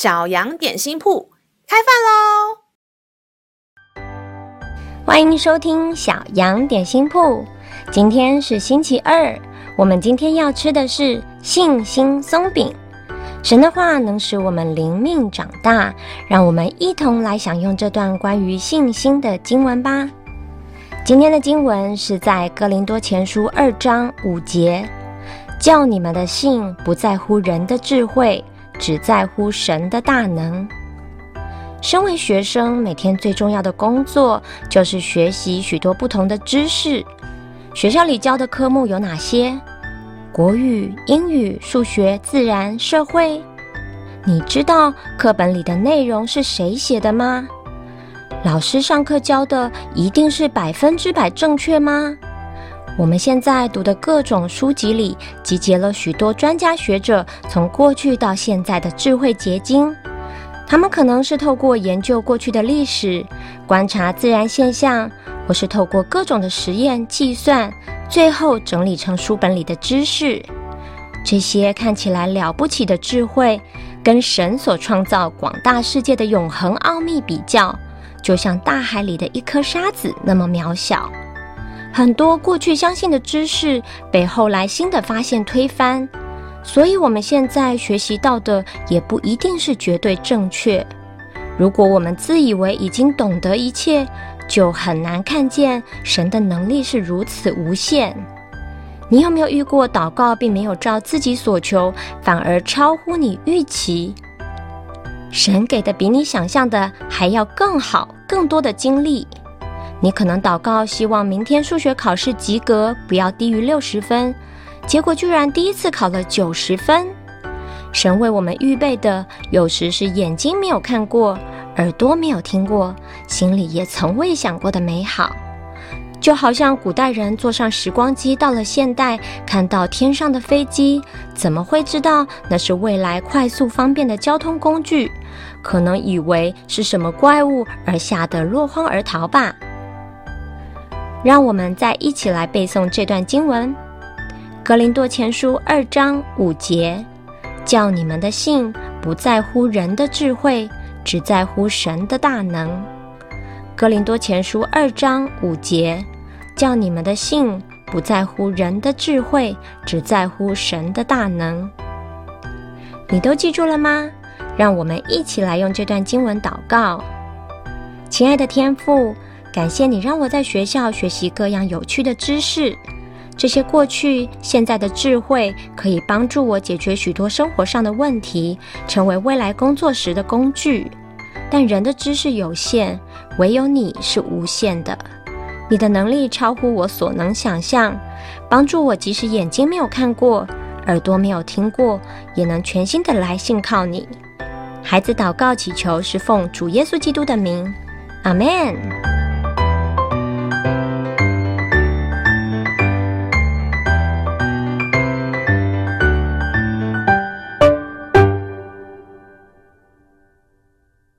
小羊点心铺开饭喽！ 欢迎收听小羊点心铺。今天是星期二，我们今天要吃的是信心松饼。神的话能使我们灵命长大，让我们一同来享用这段关于信心的经文吧。今天的经文是在哥林多前书2章5节，叫你们的信不在乎人的智慧，只在乎神的大能。身为学生，每天最重要的工作就是学习许多不同的知识。学校里教的科目有哪些？国语、英语、数学、自然、社会。你知道课本里的内容是谁写的吗？老师上课教的一定是100%正确吗？我们现在读的各种书籍里集结了许多专家学者从过去到现在的智慧结晶。他们可能是透过研究过去的历史，观察自然现象，或是透过各种的实验计算，最后整理成书本里的知识。这些看起来了不起的智慧，跟神所创造广大世界的永恒奥秘比较，就像大海里的一颗沙子那么渺小。很多过去相信的知识被后来新的发现推翻，所以我们现在学习到的也不一定是绝对正确。如果我们自以为已经懂得一切，就很难看见神的能力是如此无限。你有没有遇过祷告并没有照自己所求，反而超乎你预期？神给的比你想象的还要更好，更多的经历。你可能祷告希望明天数学考试及格，不要低于60分，结果居然第一次考了90分。神为我们预备的有时是眼睛没有看过，耳朵没有听过，心里也从未想过的美好。就好像古代人坐上时光机到了现代，看到天上的飞机，怎么会知道那是未来快速方便的交通工具？可能以为是什么怪物而吓得落荒而逃吧。让我们再一起来背诵这段经文。哥林多前书2章5节，叫你们的信不在乎人的智慧，只在乎神的大能。哥林多前书2章5节，叫你们的信不在乎人的智慧，只在乎神的大能。你都记住了吗？让我们一起来用这段经文祷告。亲爱的天父，感谢你让我在学校学习各样有趣的知识，这些过去现在的智慧可以帮助我解决许多生活上的问题，成为未来工作时的工具。但人的知识有限，唯有你是无限的。你的能力超乎我所能想象，帮助我即使眼睛没有看过，耳朵没有听过，也能全心的来信靠你。孩子祷告祈求是奉主耶稣基督的名，阿们。